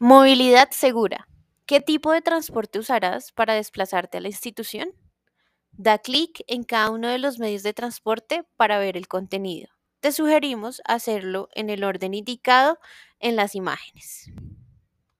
Movilidad segura. ¿Qué tipo de transporte usarás para desplazarte a la institución? Da clic en cada uno de los medios de transporte para ver el contenido. Te sugerimos hacerlo en el orden indicado en las imágenes.